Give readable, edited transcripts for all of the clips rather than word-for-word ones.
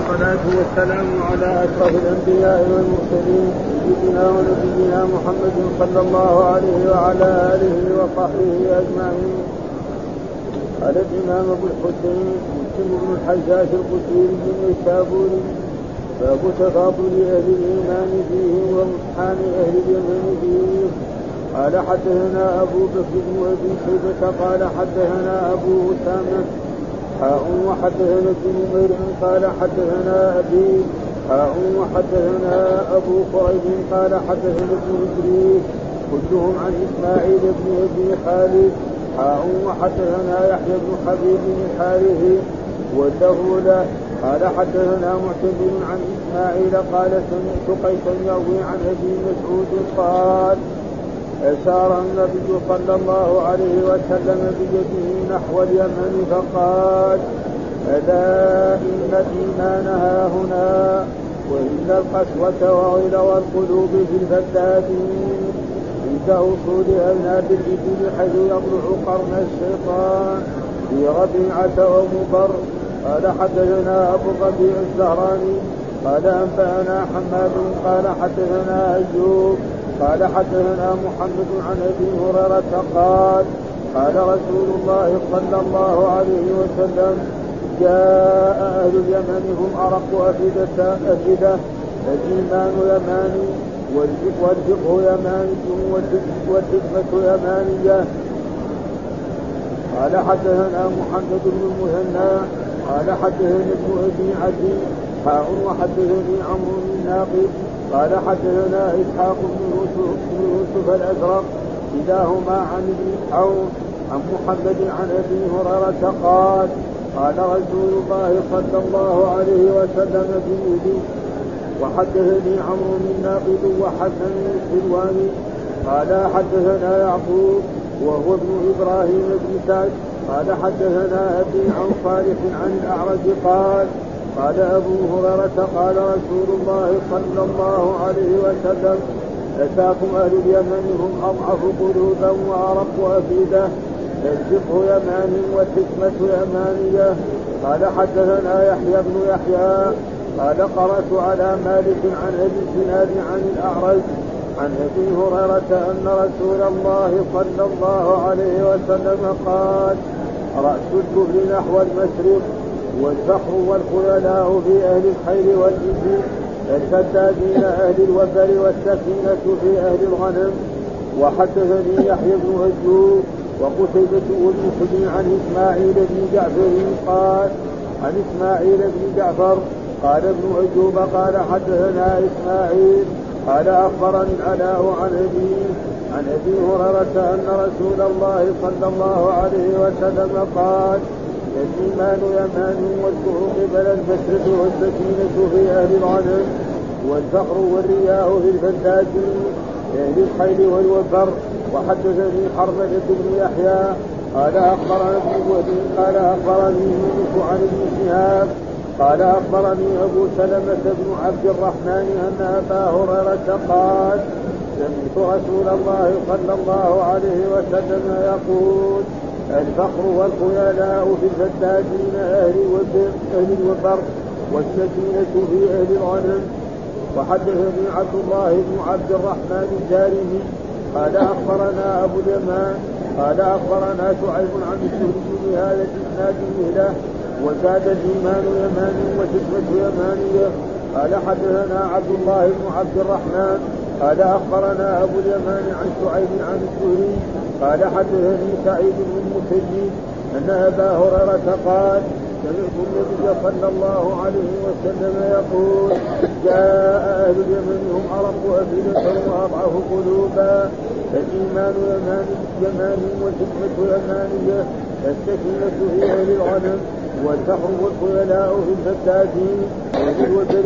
والصلاة والسلام على أشرف الأنبياء والمرسلين سيدنا ونبينا محمد صلى الله عليه وعلى آله وصحبه أجمعين. قال الإمام أبو الحسين مسلم بن الحجاج القشيري النيسابوري: باب تفاضل أهل الإيمان فيه وامتحان أهل اليمن فيه. قال حدثنا أبو بكر بن أبي شيبة قال حدثنا أبو أسامة وحدثنا ابن نمير قال حدثنا أبي وحدثنا أبو قريب قال حدثنا ابن إدريس كلهم عن إسماعيل بن أبي خالد وحدثنا يحيى بن حبيب الحارثي والله له قال حدثنا معتمر عن إسماعيل قال سمعت قيسا يروي عن أبي مسعود قال: أشار النبي صلى الله عليه وسلم بيده نحو اليمن فقال: ألا إن الإيمان هاهنا وإن القسوة وغلو القلوب في الفتاتين عند وصول أذناب الإبل حيث يطلع قرن الشيطان في ربيعة ومضر. قال حدثنا أبو الربيع الزهراني قال أنبأنا حماد قال حدثنا أيوب قال حدثنا محمد عن أبي هريرة قال: قال رسول الله صلى الله عليه وسلم: جاء أهل اليمن هم أرق أفئدة الإيمان يماني والفقه يماني والحكمة يمانية. قال حدثنا محمد بن المثنى قال حدثني ابن أبي عدي وحدثني عمرو بن ناقد قال حدثنا إسحاق بن يوسف الأزرق كلاهما عن ابن عون عن محمد عن أبي هريرة قال: قال رسول الله صلى الله عليه وسلم بيدي. وحدثني عمرو بن ناقد وحدثني السلواني قال حدثنا يعقوب وهو ابن إبراهيم بن سعد قال حدثنا أبي عن صالح عن الأعرج قال: قال أبو هريرة قال رسول الله صلى الله عليه وسلم: أتاكم أهل اليمن هم أضعف قلوبا وأرق أفئدة الفقه يماني والحكمة يمانية. قال حدثنا يحيى بن يحيى قال قرأت على مالك عن أبي الزناد عن الأعرج عن أبي هريرة أن رسول الله صلى الله عليه وسلم قال: رأس الكفر نحو المشرق والفخر والخيلاء في أهل الخير والإبل الفتادين أهل الوبر والسكينة في أهل الغنم. وحدثني يحيى بن أيوب وقتيبة والمسلم عن إسماعيل بن جعفر قال: عن إسماعيل بن جعفر قال ابن أيوب قال حدثنا إسماعيل قال أخبرني العلاء عن أبي هريرة أن رسول الله صلى الله عليه وسلم قال: الإيمان يمان والكفر قبل المشرق والسكينة في أهل الغنم والفخر والرياء في الفساتين أهل الخيل والوبر. وحدثني حرملة بن يحيى قال أخبرنا ابن وهب قال أخبرني يونس عن ابن شهاب قال أخبرني أبو سلمة بن عبد الرحمن أن أبا هريرة قال: سمعت رسول الله صلى الله عليه وسلم يقول: الفخر والخيلاء في الفتاتين أهل الوبر والسكينة في أهل الغنم. وحدثني عبد الله بن عبد الرحمن الدارمي قال أخبرنا أبو اليمان قال أخبرنا شعيب عن الزهري بهذا الإسناد مثله وزاد الإيمان يماني والحكمة يمانية. قال حدثنا عبد الله بن عبد الرحمن قال أخبرنا أبو اليمان عن شعيب عن الزهري قال حدثني سعيد بن المسيب أن أبا هريرة قال: سمعت النبي صلى الله عليه وسلم يقول: جاء أهل اليمن هم أرق أفئدة وأضعف قلوبا الإيمان يماني والحكمة يمانية السكينة في أهل الغنم والفخر والخيلاء في الفتاتين والوتر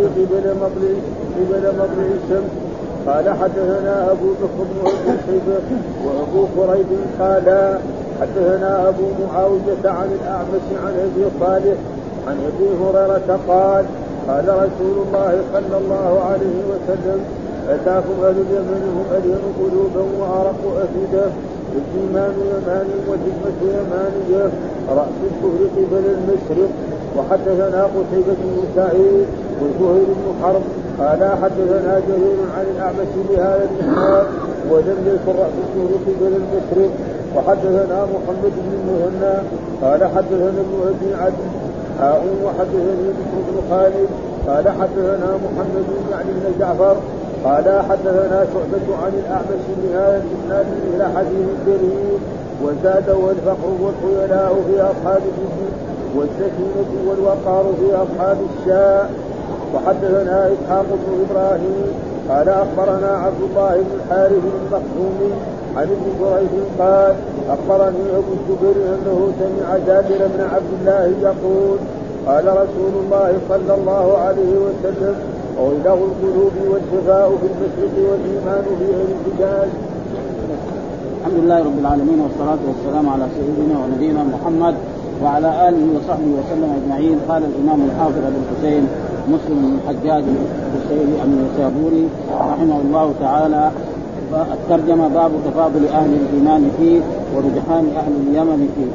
قبل مطلع الشمس. قال حدثنا أبو بكر بن أبي شيبة وأبو قريب قال حدثنا أبو معاوية عن الأعمش عن أبي صالح عن أبي هريرة قال: قال رسول الله صلى الله عليه وسلم: أتاكم أهل اليمن هم ألين قلوبا وأرق أفئدة الإيمان يماني والحكمة يمانية رأس الكفر قبل المشرق وحدثنا قتيبة بن سعيد وزهير بن حرب قال حدثنا جرير عن الأعمش بهذا الإسناد ولم يذكر رأس السورة بل المشرق. وحدثنا محمد بن المثنى قال حدثنا ابن أبي عدي وحدثني بكر بن خالد قال حدثنا محمد يعني بن جعفر قال حدثنا شعبة عن الأعمش بهذا الإسناد إلى حديث جرير وزاد والفقر والخيلاء في أصحاب الجد والسكينة والوقار في أصحاب الشاء. وحدثنا إسحاق بن إبراهيم قال أخبرنا عبد الله بن الحارث المخزومي عن ابن جريج قال أخبرني أبو الزبير أنه سمع جابر بن عبد الله يقول قال رسول الله صلى الله عليه وسلم غيره القلوب والشفاء في المشرق والإيمان في الحجاز. الحمد لله رب العالمين والصلاة والسلام على سيدنا ونبينا محمد وعلى آله وصحبه وسلم أجمعين. قال الإمام الحافظ أبو الحسين مسلم بن الحجاج القشيري النيسابوري رحمه الله تعالى الترجمة باب تفاضل أهل الإيمان فيه ورجحان أهل اليمن فيه.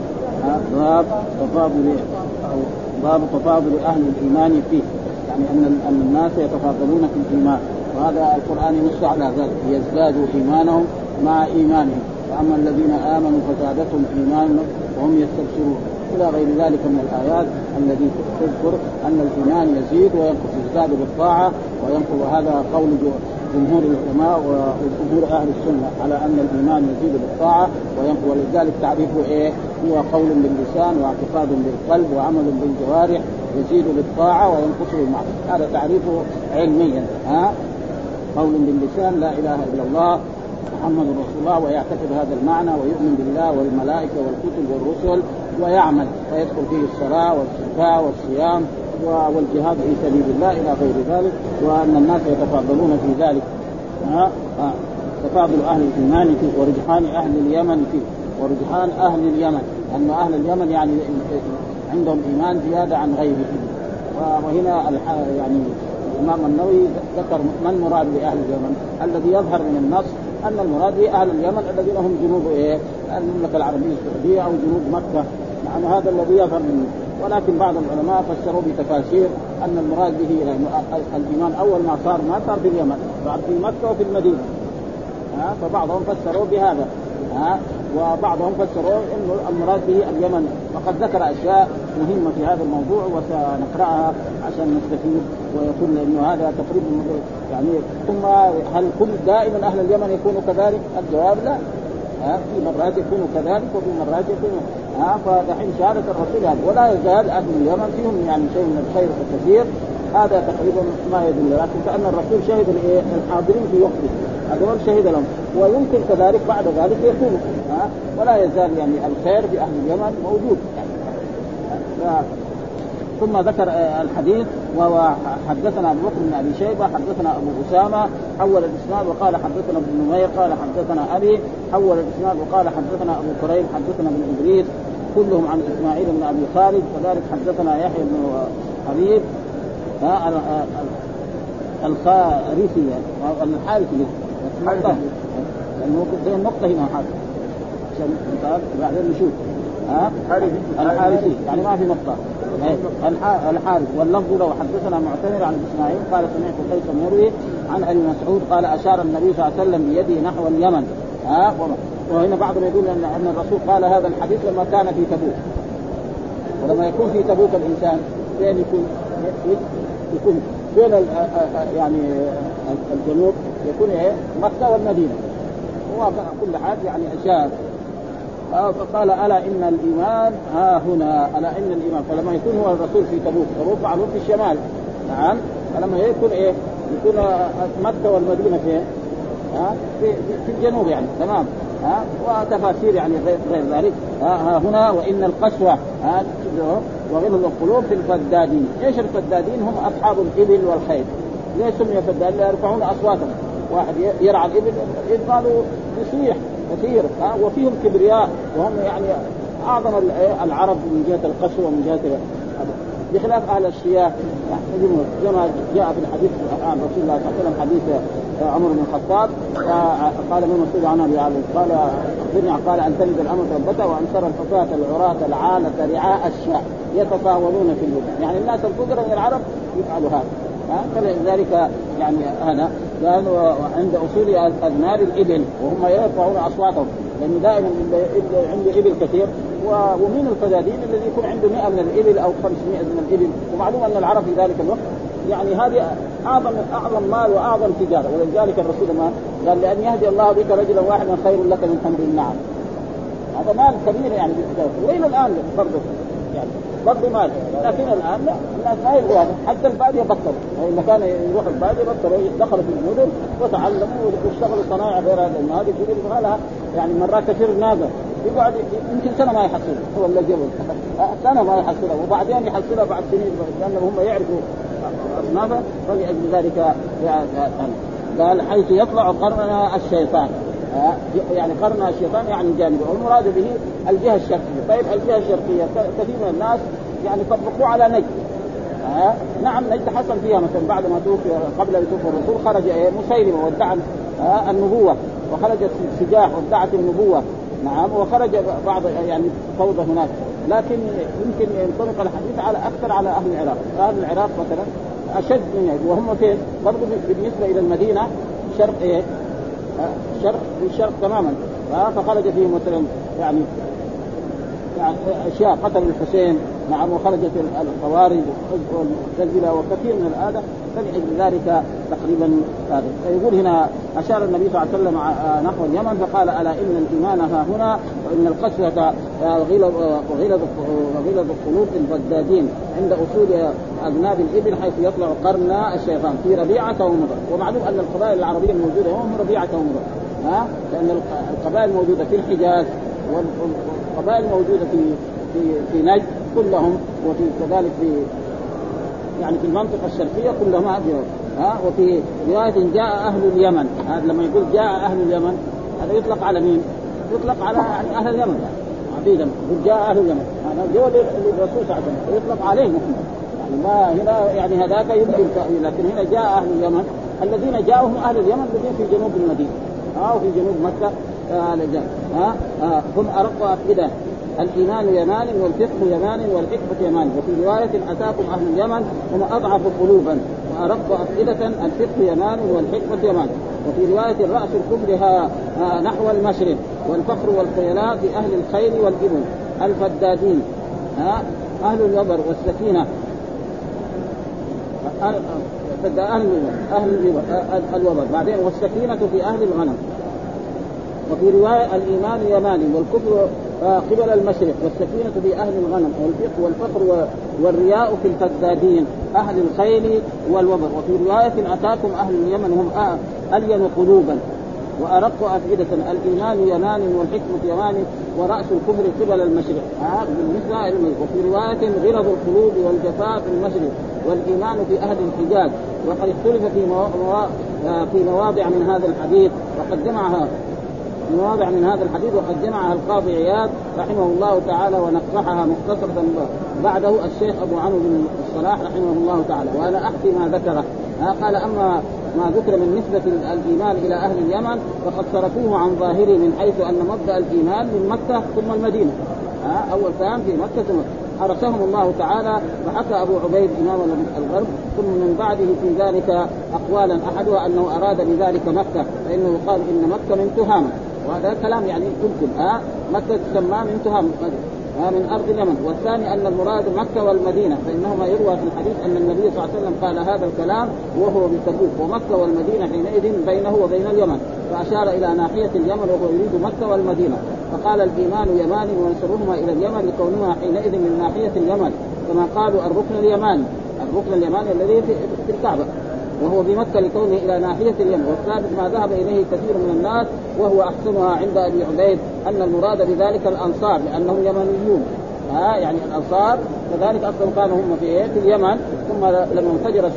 باب تفاضل أهل الإيمان فيه، يعني أن الناس يتفاضلون في الإيمان، وهذا القرآن نص على ذلك يزدادوا إيمانهم مع إيمانهم، فأما الذين آمنوا فزادتهم إيمانا وهم يستبشرون إلى غير ذلك من الآيات التي تذكر أن الإيمان يزيد وينقص، يزداد بالطاعة وينقص. وهذا قول جمهور العلماء وجمهور أهل السنة على أن الإيمان يزيد بالطاعة وينقص، ولذلك تعريفه إيه؟ هو قول باللسان واعتقاد بالقلب وعمل بالجوارح، يزيد بالطاعة وينقص بالمعصية. هذا تعريفه علميا. قول باللسان لا إله إلا الله محمد رسول الله ويعتقد هذا المعنى ويؤمن بالله والملائكة والكتب والرسل ويعمل، فيدخل فيه الصلاة والزكاة والصيام والجهاد في سبيل الله إلى غير ذلك، وأن الناس يتفاضلون في ذلك. تفاضل أهل الإيمان فيه ورجحان أهل اليمن فيه. ورجحان أهل اليمن أن أهل اليمن يعني عندهم إيمان زيادة عن غيرهم. وهنا يعني الإمام النووي ذكر من المراد بأهل اليمن. الذي يظهر من النص أن المراد بأهل اليمن الذين هم جنوب المملكة العربية السعودية أو جنوب مكة، يعني هذا الذي يظهر منه. ولكن بعض العلماء فسروا بتفاسير أن المراد به الإيمان أول ما صار في اليمن، بعد في مكة وفي المدينة. فبعضهم فسروا بهذا، وبعضهم فسروا إنه المراد به اليمن. وقد ذكر أشياء مهمة في هذا الموضوع وسنقرأها عشان نستفيد ويكون إنه هذا تقريبا يعني. ثم هل كل دائما أهل اليمن يكونوا كذلك؟ الجواب لا. في مرات يكونوا كذلك وفي مرات يكونوا فدحين شهادة الرسول هذا ولا يزال أهل اليمن فيهم يعني شيء من الخير الكثير. هذا تقريبا ما يدل، لكن كأن الرسول شهد الحاضرين في وقته هذول شهد لهم، ويمكن كذلك بعد ذلك يكونوا ولا يزال يعني الخير في أهل اليمن موجود يعني. ثم ذكر الحديث وحدثنا أبو بكر بن أبي شيبة حدثنا أبو أسامة حول الإسناد وقال حدثنا ابن نمير قال حدثنا أبي حول الإسناد وقال حدثنا أبو كريم حدثنا ابن إدريس كلهم عن إسماعيل بن أبي خالد كذلك حدثنا يحيى بن حبيب الخارثي الحارثي النقطة هنا حاجة عشان بعدين نشوف الحارثي يعني ما في نقطة الحارث. واللفظ له حدثنا معتمر عن إسماعيل قال سمعت قيس يروي عن أبي مسعود قال أشار النبي صلى الله عليه وسلم بيده نحو اليمن. وهنا بعضهم يقول أن الرسول قال هذا الحديث لما كان في تبوك. ولما يكون في تبوك الإنسان فين يكون فين يعني الجنوب يكون مكة والمدينة وكل حاجة يعني أشار. فقال ألا إن الإيمان ها هنا ألا إن الإيمان. فلما يكون هو الرسول في تبوك معروف في الشمال نعم، فلما يكون يكون مكة والمدينة في الجنوب يعني تمام. وتفاسير يعني غير ذلك. ها هنا وإن القسوة وغلظ القلوب في الفدادين. ايش الفدادين؟ هم أصحاب الإبل والخيل. ليش سمي فدادين؟ يرفعون أصواتهم. واحد يرعى الإبل يقالوا يصيح كثير وفيهم كبرياء وهم يعني أعظم العرب من جهة القسوة ومن جهة بخلاف أهل الشياه كما جاء في الحديث عن رسول الله صلى الله عليه وسلم حديث عمر بن الخطاب. قال ابن مسعود عن ابي علي قال اخبرني قال ان تلد الامر ربتها وان ترى الحفاة العراة العالة رعاء الشاء يتطاولون في الهدى. يعني الناس الفقراء من العرب يفعلوا هذا. فلذلك يعني هذا قالوا عند اصول اذناب الابل وهم يرفعون اصواتهم لأنه دائما عنده إبل كثير ومن الفدادين الذي يكون عنده 100 من الإبل أو 500 من الإبل. ومعلوم أن العرب في ذلك الوقت يعني هذه أعظم مال وأعظم تجارة. ولذلك الرسول ما قال لأن يهدي الله بك رجلا واحدا خير لك من حمر النعم. هذا مال كبير يعني بالتجارة. وإلى الآن برضه يعني برضه مال. لكن الآن لا الناس ما يبغوا هذا. حتى البادية بطلوا. إذا كان يروح البادية بطلوا دخلوا في المدن وتعلموا واشتغلوا صناعة غير هذا. إن هذه كثير لها يعني مرات كثير ناقة يقعد يمكن سنة ما يحصلها. هو الذي يقول سنة ما يحصلها وبعدين يحصلها بعد سنين لأنهم هم يعرفوا أصنافه. فلأجل ذلك قال حيث يطلع قرن الشيطان. يعني قرن الشيطان يعني جانبه والمراد به الجهة الشرقية. طيب الجهة الشرقية كثير من الناس يعني طبقوا على نجد. نعم نجد حصل فيها مثلا بعد ما توفي قبل أن يتوفى الرسول خرج مسيلمة وادعى النبوة وخرجت سجاح وادعت النبوة. نعم وخرج بعض يعني فوضى هناك. لكن يمكن ينطبق الحديث على أكثر على أهل العراق. أهل العراق مثلا أشد من يد وهم فين برضو بالنسبة إلى المدينة شرق شرق بالشرق تماما. فخرج فيه مثلا يعني أشياء قتل الحسين. نعم وخرجت الخوارج والمعتزلة وكثير من الآلة. فلأجل ذلك تقريبا هذا. فيقول هنا أشار النبي صلى الله عليه وسلم نحو اليمن فقال ألا إن الإيمان ها هنا وإن القسوة وغلظ القلوب البدادين عند أصول أذناب الإبل حيث يطلع قرن الشيطان في ربيعة ومضر. ومعلوم أن القبائل العربية الموجودة هم ربيعة ومضر. لأن القبائل الموجودة في الحجاز والقبائل الموجودة في نجد كلهم وفي كذلك في يعني في المنطقة الشرقية كلهم وفي رواية جاء أهل اليمن. هذا لما يقول جاء أهل اليمن هذا يطلق على مين؟ يطلق على يعني أهل اليمن عبيدا. جاء أهل اليمن هذا جول الرسول صلى الله عليه وسلم يطلق عليه محمد. يعني ما هنا يعني هذاك يمكن لكن هنا جاء أهل اليمن الذين جاءهم أهل اليمن الذين في جنوب المدينة وفي جنوب مكة. هم أرق أفئدة الإيمان يمان والفقه يمان والحكمة يمان. وفي رواية أتاكم أهل اليمن هم أضعف قلوبا وأرق أفئدة الفقه يمان والحكمة يمان. وفي رواية الرأس الكبرها نحو المشرق والفخر والخيلاء في أهل الخيل والإبل الفدادين أهل الوبر والسكينة أهل الوبر بعدين والسكينة في أهل الغنم. وفي رواية الإيمان يماني والكفر قبل المشرق والسكينة في أهل الغنم والفقر والرياء في الفدادين أهل الخيل والوبر. وفي رواية أتاكم أهل اليمن هم ألين قلوبا وأرق أفئدة الإيمان يمان والحكمة يمان ورأس الكفر قبل المشرق بالنسبة. وفي رواية غلظ القلوب والجفاء في المشرق والإيمان في أهل الحجاز. وقد اختلف في مواضع من هذا الحديث وقد جمعها وقد جمعها القاضي عياض رحمه الله تعالى ونقحها مختصرة بعده الشيخ أبو عمرو بن الصلاح رحمه الله تعالى. وأنا أحكي ما ذكره. قال أما ما ذكر من نسبة الإيمان إلى أهل اليمن فقد صرفوه عن ظاهره من حيث أن مبدأ الإيمان من مكة ثم المدينة. أول كان في مكة ثم حرسهم الله تعالى. وحكى أبو عبيد إمام الغرب ثم من بعده في ذلك أقوالا أحدها أنه أراد بذلك مكة فإنه قال إن مكة من تهامة. وهذا كلام يعني يمكن مكة تسمى من تهامة من أرض اليمن. والثاني أن المراد مكة والمدينة فإنهما يروى في الحديث أن النبي صلى الله عليه وسلم قال هذا الكلام وهو بتبوك ومكة والمدينة حينئذ بينه وبين اليمن. فأشار إلى ناحية اليمن وهو يريد مكة والمدينة. فقال الإيمان يمان وينصرهما إلى اليمن لكونهما حينئذ من ناحية اليمن كما قالوا الركن اليماني الذي في الكعبة وهو بمكة لكونه إلى ناحية اليمن. والثالث ما ذهب إليه كثير من الناس وهو أحسنها عند أبي عبيد أن المراد بذلك الأنصار لأنهم يمنيون. يعني الأنصار كذلك أصلا كانوا هم في اليمن ثم لما انفجر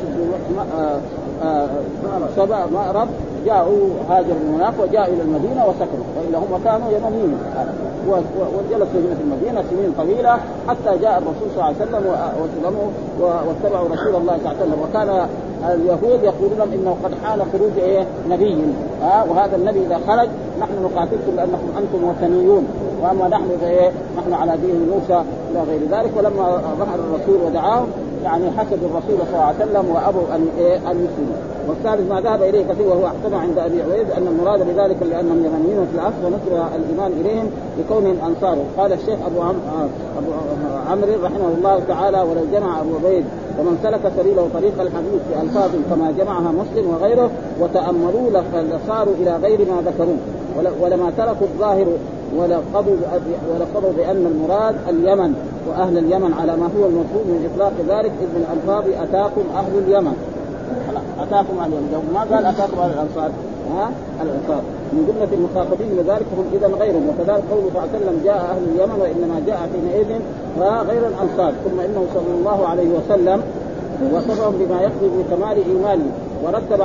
سبأ مأرب جاءوا هاجروا من هناك وجاءوا إلى المدينة وسكنوا وإلا هم كانوا يمنيين وجلسوا في المدينة سنين طويلة حتى جاء الرسول صلى الله عليه وسلم وسلموا واتبعوا رسول الله صلى الله عليه وسلم. وكان اليهود يقولون انه قد حان خروج نبي، وهذا النبي اذا خرج نحن نقاتلكم لانكم انتم وثنيون، واما نحن نحن على دين موسى الى غير ذلك. ولما ظهر الرسول ودعاهم يعني حسدوا الرسول صلى الله عليه وسلم وابوا ان يسلموا. والثالث ما ذهب اليه كثير وهو احتمى عند ابي عبيد ان المراد بذلك لانهم يمنيون في الاصل ونصر الايمان اليهم لكونهم انصاره. قال الشيخ ابو عمرو رحمه الله تعالى: ولو جمع ابو عبيد ومن سلك سبيله طريق الحديث بألفاظ كما جمعها مسلم وغيره وتأملوا لصاروا إلى غير ما ذكروا ولما تركوا الظاهر ولقضوا بأن المراد اليمن وأهل اليمن على ما هو المفهوم من إطلاق ذلك، إذ من الألفاظ أتاكم أهل اليمن، أتاكم أهل اليمن، ما قال أتاكم أهل الأنصار، الأنصار من جملة المخاطبين لذلك هم إذا غيرهم. وكذلك قوله صلى الله عليه وسلم: جاء أهل اليمن، وإنما جاء حينئذ غير الأنصار. ثم إنه صلى الله عليه وسلم وصفهم بما يقضي بكمال إيمانه ورتب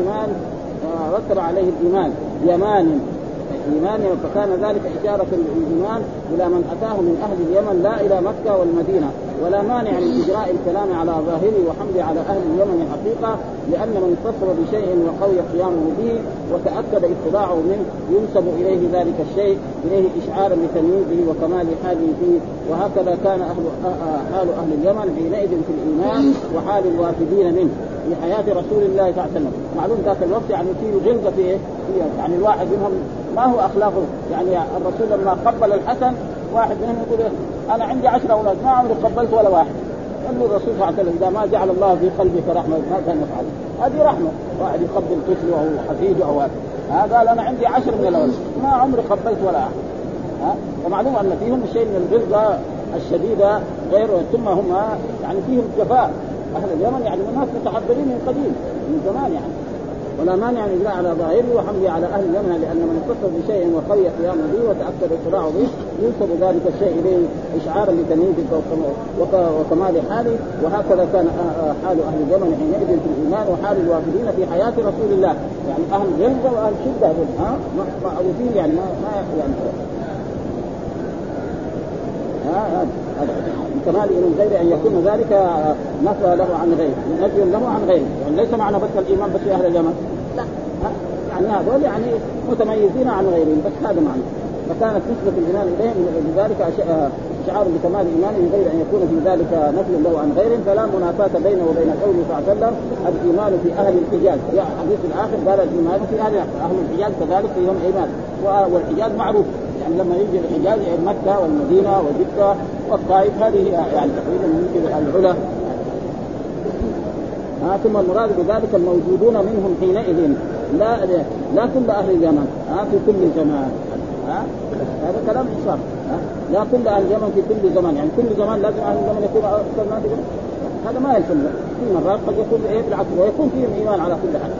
عليه الإيمان يمان إيمانه، فكان ذلك إشارة للإيمان إلى من أتاه من أهل اليمن لا إلى مكة والمدينة، ولا مانع من إجراء الكلام على ظاهره وحمله على أهل اليمن حقيقة، لأن من اتصل بشيء وقوي قيامه به وتأكد اطلاعه منه ينسب إليه ذلك الشيء إليه إشعارا بتمييزه وكمال حاله فيه. وهكذا كان حال أهل اليمن حينئذ في الإيمان وحال الوافدين منه في حياة رسول الله صلى الله عليه وسلم. معلوم ذاك الوقت يعني فيه غلظة فيه، يعني الواحد منهم ما هو أخلاقه، يعني الرسول لما قبل الحسن واحد منهم يقول: أنا عندي 10 أولاد ما عمري قبلت ولا واحد. قال له الرسول صلى الله عليه وسلم: إذا ما جعل الله في قلبك رحمة ما كان يفعل. هذه رحمة، واحد يقبل طفل وهو حفيد أو هذا. قال: أنا عندي 10 من الأولاد ما عمري قبلت ولا أحد. ومعلوم أن فيهم شيء من الغلظة الشديدة غير، ثم هم يعني فيهم جفاء. أهل اليمن يعني الناس متحضرين من قديم من زمان يعني، ولا مانع من إجراء على ظاهره وحمله على أهل اليمن، لأن من اتصل بشيء وقوي قيامه به وتأكد اطلاعه به ينسب ذلك الشيء إليه إشعارا لتمييزه وكمال حاله. وهكذا كان حال أهل اليمن حينئذ في الإيمان وحال الوافدين في حياة رسول الله، يعني أهل غلظة وأهل شدة معروفين يعني ما يعني كمال من غير أن يكون ذلك نفى له عن غيره، نفي له عن غيره، يعني ليس معنى بس الإيمان بس أهل اليمن، لا، يعني هذول يعني متميزين عن غيرهم، بس هذا معنى. فكانت نسبة الإيمان إليهم لذلك شعار بكمال الإيمان من غير أن يكون في ذلك نفي له عن غيرهم، فلا منافاة بينه وبين قوله صلى الله عليه وسلم: الإيمان في أهل الحجاز. في حديث الآخر قال: الإيمان في أهل الحجاز كذلك فيهم إيمان، والحجاز معروف يعني لما يجي الحجاز يعني مكة والمدينة وجدة والطائف، هذه يعني تقريبا يمكن العلا. ثم المراد بذلك الموجودون منهم حينئذ لا كل أهل اليمن في كل زمان. هذا كلام صح. لا كل أهل اليمن في كل زمان، يعني كل زمان لازم أهل اليمن يكون أكثر ناس، هذا ما يلزم. في مرات قد يكون بالعكس ويكون فيهم إيمان على كل حال.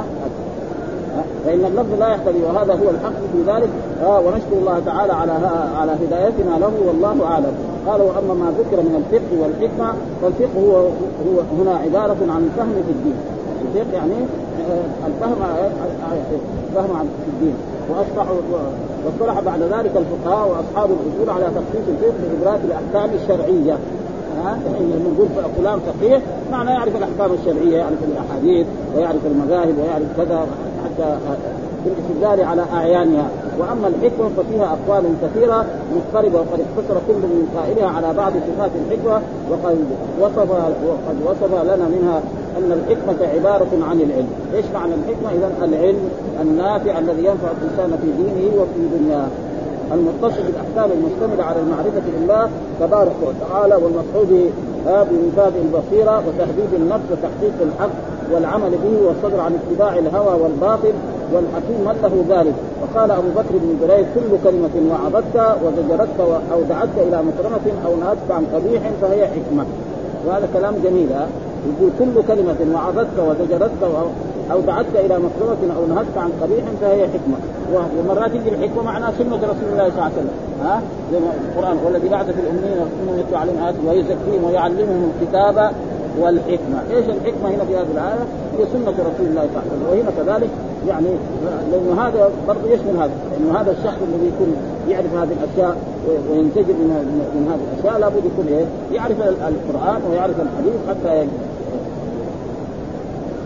فإن اللفظ لا يحتوي، وهذا هو الحق في ذلك. ونشكر الله تعالى على هدايتنا له، والله أعلم. قال: وأما ما ذكر من الفقه والحكمة، فالفقه هو هنا عبارة عن الفهم في الدين. الفقه يعني الفهم في الدين. واصطلح بعد ذلك الفقهاء وأصحاب الأصول على تخصيص الفقه بإدراك الأحكام الشرعية. يعني نقول فلان فقيه معنى يعرف الأحكام الشرعية، يعرف الأحاديث ويعرف المذاهب ويعرف كذا حتى بالاستدلال على أعيانها. وأما الحكمة ففيها أقوال كثيرة مضطربة، وقد اختصر كل من قائلها على بعض صفات الحكمة، وقد وصف لنا منها أن الحكمة عبارة عن العلم. إيش معنى الحكمة؟ إذن العلم النافع الذي ينفع الإنسان في دينه وفي دنياه، المتصل بالأحكام المشتملة على المعرفة بالله تبارك وتعالى، والمقصود بإنفاذ البصيرة وتهذيب النفس وتحقيق الحق والعمل به والصدر عن اتباع الهوى والباطل، والحكيم من له ذلك. وقال أبو بكر بن جريج: كل كلمة وعظتك وزجرتك أو دعتك إلى مكرمة أو نهتك عن قبيح فهي حكمة. وهذا كلام جميل. يقول: كل كلمة وعظتك وزجرتك أو دعتك إلى مكرمة أو نهتك عن قبيح فهي حكمة. ومرات يجي الحكمة معناها سنة رسول الله صلى الله عليه وسلم، زي القرآن: والذي بعث في الأمين رسولا يتلو عليهم آياته ويزكيهم ويعلمهم الكتاب والحكمة. ايش الحكمة هنا في هذه الآية؟ هي سنة رسول الله صلى الله عليه وسلم. وهنا كذلك يعني لأنه هذا برضه يشمل هذا، إنه هذا الشخص الذي يكون يعرف هذه الأشياء وينتجب من هذه الأشياء لابد يكون يعرف القرآن ويعرف الحديث حتى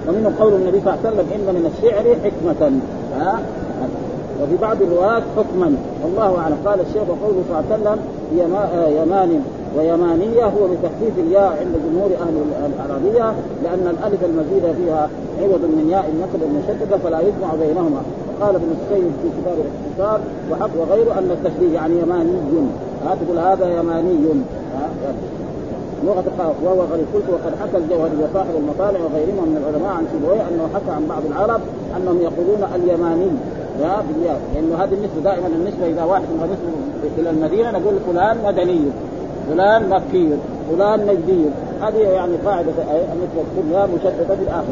ومنه قول النبي صلى الله عليه وسلم إن من الشعر حكمة وفي بعض الروايات حكما والله أعلم. قال الشيخ وقوله صلى الله عليه وسلم يمان ويمانية هو بتخفيف الياء عند جمهور أهل العربية لأن الألف المزيدة فيها عوض من ياء النقل المشددة فلا يجمع بينهما. قال ابن السيد في كتاب الاختصار وحق وغيره أن التشبيه يعني يماني تقول هذا يماني لغة وهو غريب. قلت وقد حكى الجوهري وصاحب المطالع وغيرهم من العلماء عن سيبويه أنه حكى عن بعض العرب أنهم يقولون اليماني بالياء لأنه هذه النسبة دائما النسبة إذا واحد نسبة إلى المدينة نقول فلان مدني فلان مكي فلان نجدي. هذه يعني قاعدة النسبة كلها مشددة في الآخر.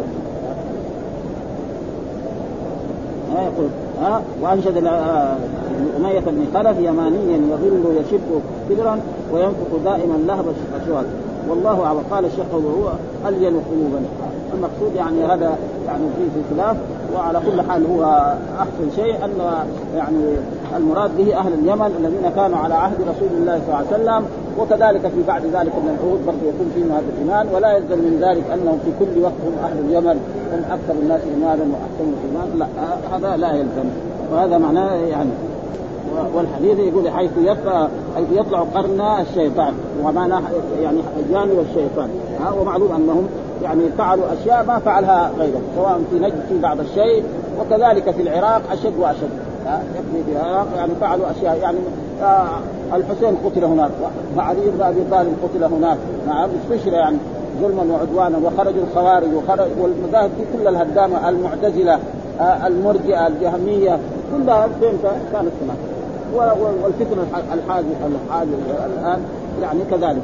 يقول وأنشد أمية بن خلف يمانيا يظل يشب كبرا وينفق دائما لهب الأشواك والله أعلم. قال الشيخ وهو ألين قلوبا. المقصود يعني هذا يعني في خلاف وعلى كل حال هو أحسن شيء أن يعني المراد به أهل اليمن الذين كانوا على عهد رسول الله صلى الله عليه وسلم وكذلك في بعد ذلك من العهود برضه يكون فيهم هذا الإيمان ولا يلزم من ذلك أنهم في كل وقت هم أهل اليمن هم أكثر الناس إيمانا وأحسن الإيمان لا هذا لا يلزم. وهذا معناه يعني والحديث يقول حيث يطلع قرن الشيطان ومعناه يعني جانب الشيطان ومعلوم أنهم يعني فعلوا أشياء ما فعلها غيرهم سواء في نجد في بعض الشيء وكذلك في العراق أشد وأشد في العراق يعني فعلوا أشياء يعني الحسين قتل هناك وعلي بن أبي طالب قتل هناك استشهد يعني ظلما وعدوانا وخرجوا الخوارج والمذاهب في كل الهدامة المعتزلة المرجئة الجهمية كلها كانت هناك والفتنة الحادث الآن يعني كذلك.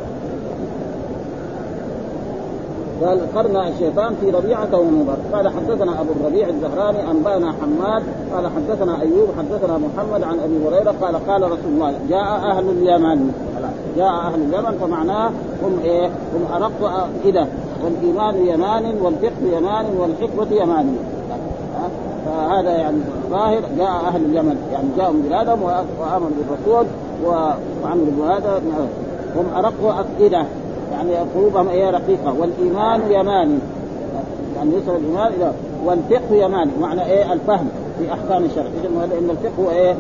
قال قرن الشيطان في ربيعة ومضر. قال حدثنا أبو الربيع الزهراني أنبانا حماد قال حدثنا أيوب حدثنا محمد عن أبي هريرة قال قال رسول الله جاء أهل اليمن فمعناه هم هم أرق إذا والإيمان يمان والفقه يمان والحكمة يمان. فهذا يعني ظاهر جاء أهل اليمن يعني جاءوا من بلادهم وآمنوا بالرسول وعملوا بهذا هم أرق أفئدة يعني قلوبهم رقيقة والإيمان يماني يعني يصل الإيمان إلى والفقه يماني معنى الفهم في أحكام الشرع إن الفقه هو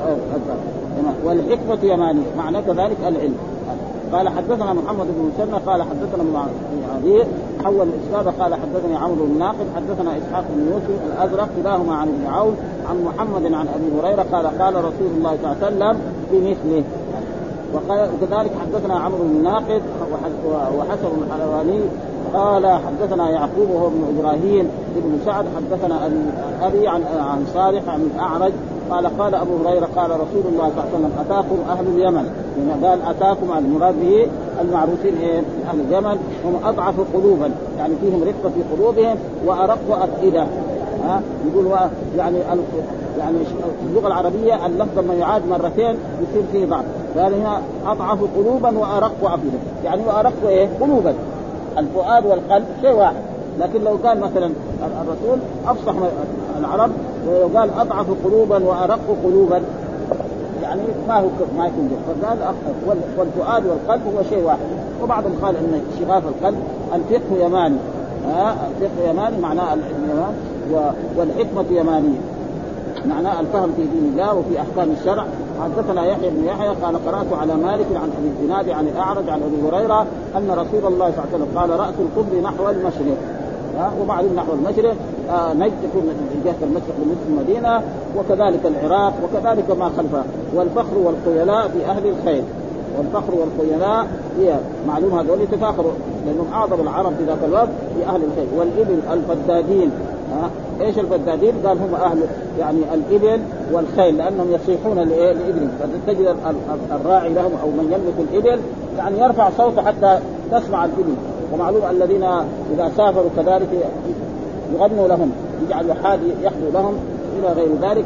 والحكمة يماني معنى كذلك العلم. قال حدثنا محمد بن مسنى قال حدثنا ابن عبيد حول الإسناد قال حدثني عمرو بن ناقد حدثنا إسحاق بن يوسف الأزرق كلاهما عن ابن عون عن محمد عن أبي هريرة قال قال رسول الله صلى الله عليه وسلم بمثله. وكذلك حدثنا عمرو بن ناقد وحسن الحلواني قال حدثنا يعقوب وهو ابن إبراهيم ابن سعد حدثنا أبي عن صالح عن الأعرج قال قال أبو هريرة قال رسول الله صلى الله عليه وسلم أتاكم أهل اليمن يعني قال أتاكم المراد به المعروفين أهل اليمن هم أضعف قلوبا يعني فيهم رقة في قلوبهم وأرق أفئدة. يقول يعني اللغة العربية اللفظ لما يعاد مرتين يصير فيه ضعف قال هنا أضعف قلوبا وأرق أفئدة يعني وأرق قلوبا الفؤاد والقلب شيء واحد لكن لو قال مثلا الرسول أفصح العرب ولو قال أضعف قلوبا وأرق قلوبا يعني ما يكون فقال والفؤاد والقلب هو شيء واحد. وبعضهم قال أن شغاف القلب الفقه يماني الفقه يماني معناه اليمان والحكمة يمانية معناه الفهم في دين الله وفي أحكام الشرع. حدثنا يحيى بن يحيى قال قرأت على مالك عن أبي الزناد عن الأعرج عن أبي هريرة أن رسول الله صلى الله عليه وسلم قال رأس القبر نحو المشرق ومعلوم نحو المشرق نجد تكون من جهة المشرق لمثل المدينة وكذلك العراق وكذلك ما خلفه. والفخر والخيلاء في أهل الخير والفخر والخيلاء هي معلوم هذول يتفاخروا لأنهم أعظم العرب في ذاك الوقت في أهل الخير. والإبل الفدادين ايش الفدادين؟ قال هم اهل يعني الابل والخيل لانهم يصيحون لابل فتجد الراعي لهم او من يملك الابل يعني يرفع صوته حتى تسمع الابل. ومعلوم الذين اذا سافروا كذلك يغنوا لهم يجعل حاد يحدو لهم الى غير ذلك.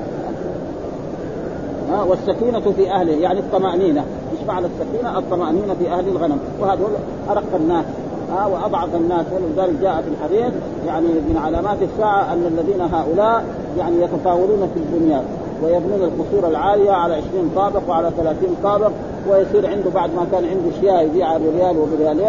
والسكينة في أهله يعني الطمأنينة. إيش معنى السكينة؟ الطمأنينة في أهل الغنم وهذول أرق الناس وأضعف الناس. ولذلك جاء في الحديث يعني من علامات الساعة أن الذين هؤلاء يعني يتطاولون في البنيان ويبنون القصور العالية على 20 طابق وعلى 30 طابق ويصير عنده بعد ما كان عنده شياء يبيع بريال وبريالين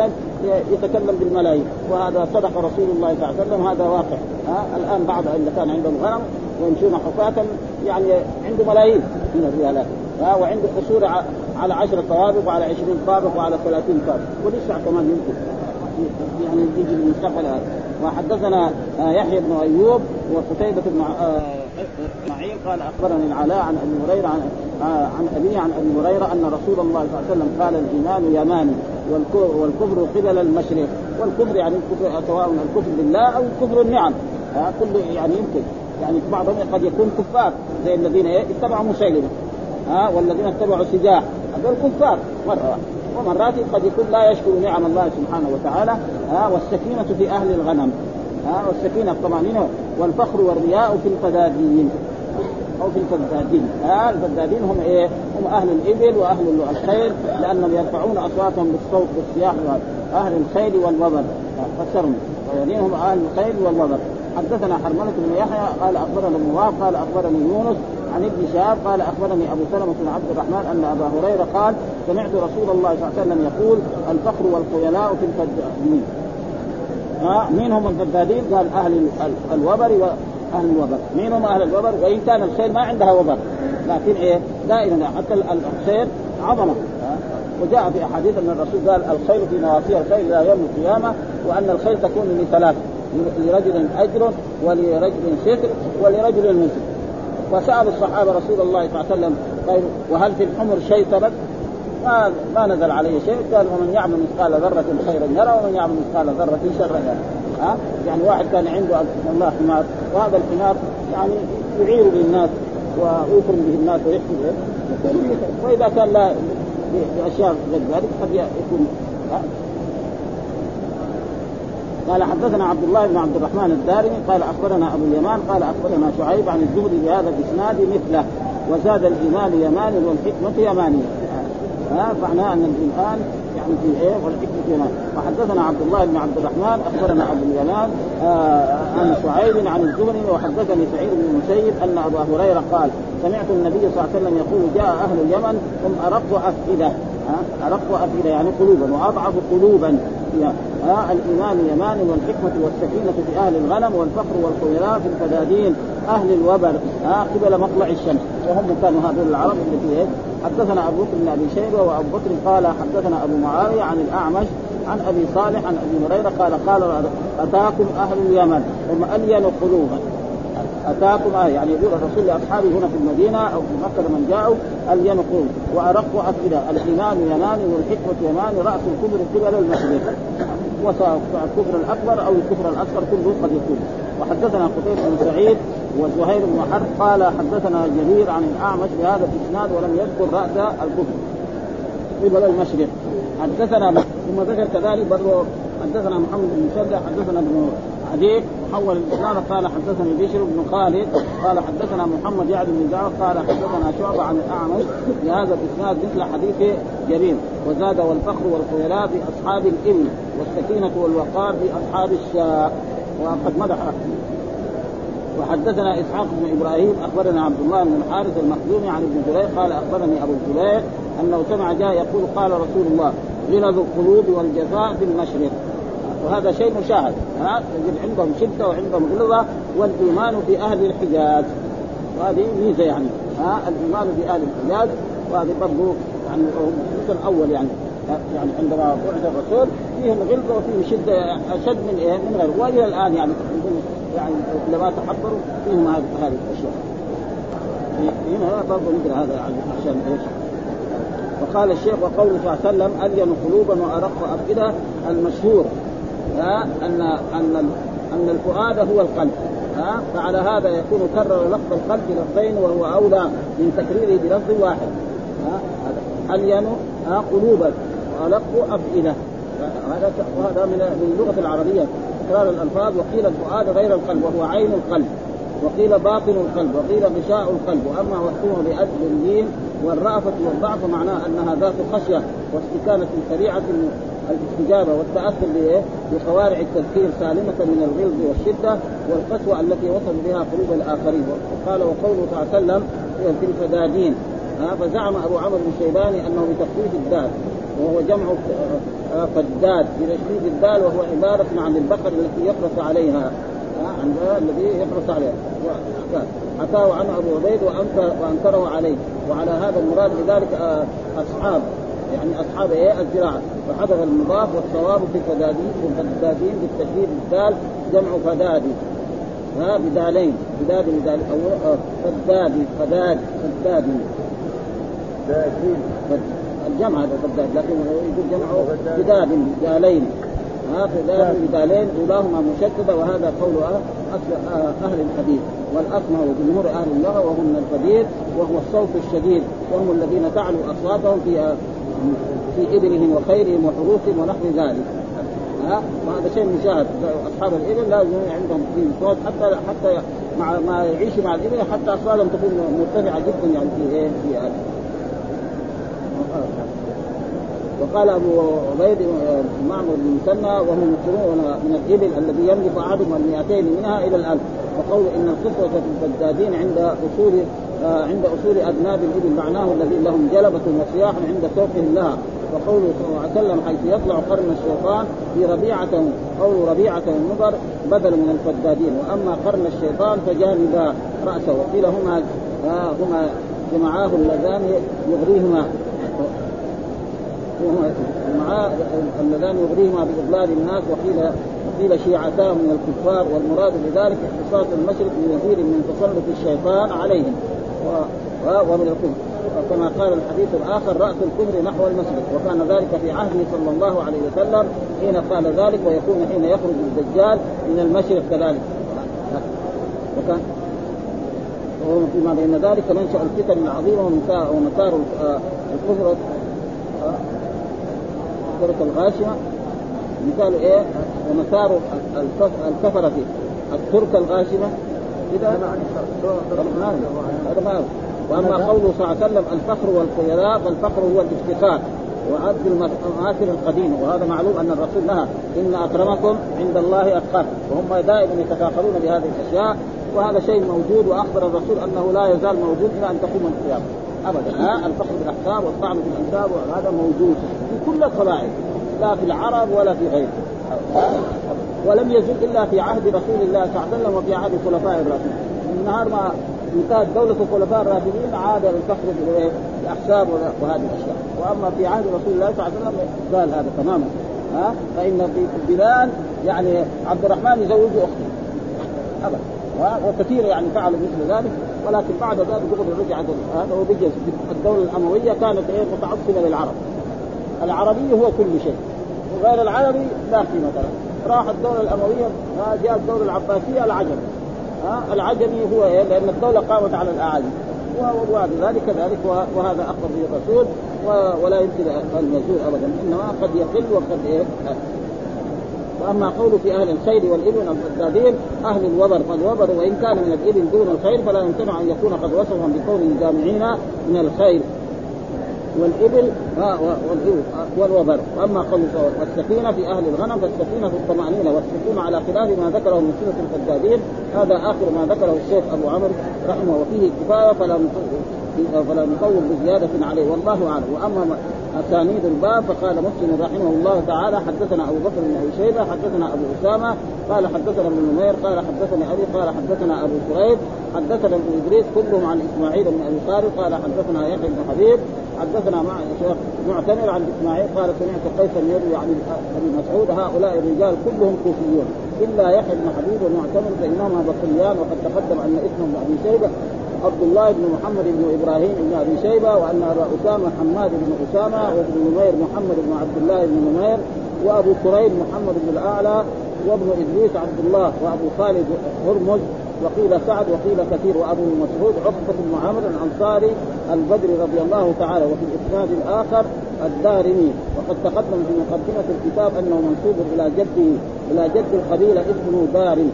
يتكلم بالملايين، وهذا صدق رسول الله صلى الله عليه وسلم، هذا واقع. الآن بعض اللي كان عندهم غنم ويمشون حفاة يعني عنده ملايين من الريالات، وعنده قصور على 10 طوابق وعلى 20 طابق وعلى 30 طابق، ولسه كمان يمكن يعني يجي المستقبل هذا. وحدثنا يحيى بن أيوب وقتيبة بن معين قال أخبرني العلاء عن أبي هريرة عن أبيه عن أبي هريرة أن رسول الله صلى الله عليه وسلم قال الإيمان يماني والكفر قبل المشرق. والكفر يعني الكفر سواء الكفر بالله أو الكفر النعم، كل يعني يمكن يعني بعضهم قد يكون كفار زي الذين اتبعوا مسيلمة، والذين اتبعوا سجاح هذول كفار مرة، ومرات قد يكون لا يشكر نعم الله سبحانه وتعالى. والسكينة في أهل الغنم، والسكينة الطمأنينة، والفخر والرياء في الفدادين أو في الفدادين. الفدادين هم إيه؟ هم أهل الإبل وأهل الخيل، لأنهم يرفعون أصواتهم بالصوت بالسياح، أهل الخيل والوبر فسرهم، ويلين هم أهل الخيل والوبر. حدثنا حرملة بن يحيى قال أخبرنا المواف قال أخبرني يونس عن ابن شهاب قال أخبرني أبو سلمة بن عبد الرحمن أن أبا هريرة قال سمعت رسول الله صلى الله عليه وسلم يقول الفخر والخيلاء في الفدادين. مين هم الفدادين؟ قال أهل الوبر وأهل الوبر. مين هم أهل الوبر؟ وإن كان الخيل ما عندها وبر، لكن إيه دائما حتى الخيل عظمة. وجاء في أحاديث أن الرسول قال الخيل في نواصي الخيل إلى يوم القيامة، وأن الخيل تكون لثلاث: لرجل أجر، ولرجل ستر، ولرجل مسر. وسأل الصحابة رسول الله صلى الله عليه وسلم قالوا وهل في الحمر شيء ثبت؟ ما نزل عليه شيء. قال ومن يعمل مثقال ذرة خيرا يرى ومن يعمل مثقال ذرة شرا يرى. يعني واحد كان عنده الله حمار، وهذا الحمار يعني يعير بالناس ويكرم به الناس ويحكي به، وإذا كان لا بأشياء غير ذلك قد يكون. قال حدثنا عبد الله بن عبد الرحمن الدارمي قال أخبرنا أبو اليمان قال أخبرنا شعيب عن الزهري بهذا الإسناد مثله، وزاد الإيمان يمان والحكمة يمانية. معناه أن الإيمان يعني في إيه والحكمة يمان. وحدثنا عبد الله بن عبد الرحمن أخبرنا أبو اليمان عن شعيب عن الزهري. وحدثني سعيد بن المسيب أن أبا هريرة قال سمعت النبي صلى الله عليه وسلم يقول جاء أهل اليمن هم أرق أفئدة، أرق أفئدة يعني قلوبا، وأضعف قلوبا. الإيمان يمان والحكمة والسكينة في أهل الغنم، والفخر والخيلاء في الفدادين أهل الوبر قبل مطلع الشمس، وهم كانوا هذول العرب اللي فيه. حدثنا أبو بكر بن أبي شيبة وأبو بكر قال حدثنا أبو معاوية عن الأعمش عن أبي صالح عن أبي هريرة قال أتاكم أهل اليمن هم ألين قلوبا. أتاكم يعني يقول الرسول لأصحابه هنا في المدينة أو في مكة من جاءوا ألين قلوب وأرق أفئدة. الإيمان يمان والحكمة يمان، رأس الكفر قبل المشرق، والكفر الأكبر أو الكفر الأصغر كله قد يكون. وحدثنا قتيبة بن سعيد وزهير بن حرب قال حدثنا جرير عن الأعمش بهذا الإسناد ولم يذكر رأس الكفر قبل المشرق. حدثنا ثم ذكر كذلك برضه حدثنا محمد بن مسدد حدثنا ابن عديك حول الإسلام قال حدثني بشر بن خالد قال حدثنا محمد يعد بن جعفر قال حدثنا شعبة عن الأعمش بهذا الإسناد مثل حديث جرير. وزاد والفخر والخيلاء في أصحاب الإبل، والسكينة والوقار في أصحاب الشاء، وقد مدح. وحدثنا إسحاق بن إبراهيم أخبرنا عبد الله بن الحارث المخزومي عن ابن جرير قال أخبرني أبو الزبير أنه سمع جاء يقول قال رسول الله غلظ القلوب والجزاء في المشرق. وهذا شيء مشاهد، يجب عندهم شدة وعندهم غلظة، والإيمان في أهل الحجاز، وهذه ميزة يعني الإيمان في أهل الحجاز، وهذه برضو يعني مثل الأول يعني عندما بعث الرسول فيهم غلظة وفيهم شدة أشد من غيره، وإلى الآن يعني لما تحضروا فيهم هذه الأشياء. هنا برضو نقرأ هذا عشان إيش. وقال الشيخ وقوله صلى الله عليه وسلم ألين قلوبا وأرق أفئدة، المشهور أن الفؤاد هو القلب، فعلى هذا يكون كرر لفظ القلب لفظين وهو أولى من تكريره بلفظ واحد. ألين قلوبا وأرق أفئدة، وهذا من اللغة العربية تكرار الألفاظ. وقيل الفؤاد غير القلب وهو عين القلب، وقيل باطن القلب، وقيل غشاء القلب. وأما وصفه بأجل اللين والرأفة والضعف معناه أنها ذات خشية واستكانة سريعة الاستجابة والتأثر بقوارع التذكير سالمة من الغلظ والشدة والقسوة التي وصل بها قلوب الآخرين. قال وقوله صلى الله عليه وسلم في الفدادين، فزعم أبو عمرو الشيباني أنه بتخفيف الدال وهو جمع فداد بتشديد الدال، وهو عبارة عن البقر التي يحرص عليها، الذي يحرص عليها. حكاه عنه أبو عبيد وأنكره عليه، وعلى هذا المراد بذلك أصحاب يعني أصحاب الزراعة، فحذف المضاف، والصواب في فدادين بالتشديد الدال جمع فدادي بدالين بداد أو فدادي الجمع هذا فداد، لكن يقول جمعه بداد بدالين فداد بدالين أولاهما مشددة، وهذا قول أهل الحديث. والأسمى وجمهور أهل اللغة وهم الفديد، وهو الصوت الشديد، وهم الذين تعلو أصواتهم في إبلهم وخيرهم وحروسهم ونحو ذلك. وهذا شيء مشاهد، أصحاب الإبل لازم عندهم في صوت حتى مع ما يعيش مع الإبل، حتى أصواتهم تكون مرتفعة جدا يعني في هذا. وقال أبو عبيد معمر بن مسنى وهم يكثرون من الإبل الذي يملك أحدهم 200 منها إلى 1000. وقول إن القصوة في الفدادين عند أصول أذناب الإبل معناه الذي لهم جلبة وصياح عند سوقهم لها. وقوله صلى الله عليه وسلم حيث يطلع قرن الشيطان في ربيعة، قول ربيعة النظر بدل من الفدادين. وأما قرن الشيطان فجانب رأسه، وقيل هما جمعاه اللذان يغريهما اللذان يغريهما بإضلال الناس، وقيل شيعتاه من الكفار، والمراد بذلك اختصاص المشرك بنذير من تسلط الشيطان عليهم ومن الكفر، كما قال الحديث الآخر رأس الكفر نحو المشرك. وكان ذلك في عهده صلى الله عليه وسلم حين قال ذلك، ويكون حين يخرج الدجال من المشرق كذلك. وكان فيما بين ذلك منشأ الفتن العظيمة ومسار الكفر الغاشمة، مثال ومسار الكفرة الترك الغاشمة كذا هذا ما. وأما قوله صلى الله عليه وسلم الفخر والخيلاء، فالفخر هو الافتخار وعد المآثر القديمة، وهذا معلوم أن الرسول لها إن أكرمكم عند الله أتقاكم، وهم دائما يتفاخرون بهذه الأشياء، وهذا شيء موجود، وأخبر الرسول أنه لا يزال موجود إلى أن تقوم القيامة أبدا. الفخر بالأحساب والطعن بالأنساب هذا موجود في كل القبائل، لا في العرب ولا في غيره، ولم يزل إلا في عهد رسول الله صلى الله عليه وسلم وفي عهد الخلفاء الراشدين. من نهار ما انتهت دولة الخلفاء الراشدين عاد الفخر بالأحساب وهذه الأشياء، وأما في عهد رسول الله صلى الله عليه وسلم قال هذا تماما. فإن في بلاد يعني عبد الرحمن يزوج أخته أبدا، وكثير يعني فعلوا مثل ذلك، ولكن بعد ذلك رجع هذا. وبجز الدولة الأموية كانت متعصبة للعرب، العربي هو كل شيء وغير العربي لا قيمة له. راح الدولة الأموية جاء الدولة العباسية العجمي هو لأن الدولة قامت على الأعاجم، وبذلك كذلك، وهذا أخبر به الرسول، ولا يمكن أن يزول أبدا، إنما قد يقل وقد وأما قول في أهل الخير والإبل الفدادين أهل الوبر، فالوبر وإن كان من الإبل دون الخير فلا يمكن أن يكون قد وصفهم بكون جامعين من الخير والإبل والوبر. وأما قول السكينة في أهل الغنم فالسكينة في الطمأنينة والسكون على خلاف ما ذكره من سنة الفدادين. هذا آخر ما ذكره الشيخ أبو عمرو رحمه، وفيه كفاية فلا نطول بزيادة عليه، والله أعلم. وأما أسانيد الباب فقال مسلم رحمه الله تعالى حدثنا أبو بكر بن أبي شيبة حدثنا أبو أسامة قال حدثنا ابن نمير قال حدثنا أبي قال حدثنا أبو كريب حدثنا ابن إدريس كلهم عن إسماعيل بن أبي خالد قال حدثنا يحيى بن حبيب حدثنا مع شيخ معتمر عن إسماعيل قال سمعت قيسا يروي عن أبي مسعود هؤلاء الرجال كلهم كوفيون إلا يحيى بن حبيب ومعتمر فإنهما بصريان، وقد تقدم أن اسمهم أبي شيبة عبد الله بن محمد بن إبراهيم بن أبي شيبة، وأن أبا أسامة حماد بن أسامة، وابن نمير محمد بن عبد الله بن نمير، وأبو كريب محمد بن الأعلى، وابن إدريس عبد الله، وأبو خالد هرمز، وقيل سعد وقيل كثير، وأبو مسعود عقبة بن عمرو الأنصاري البدري رضي الله تعالى. وفي الإسناد الآخر الدارمي، وقد تقدم في مقدمة الكتاب أنه منسوب إلى جد القبيلة اسمه دارم،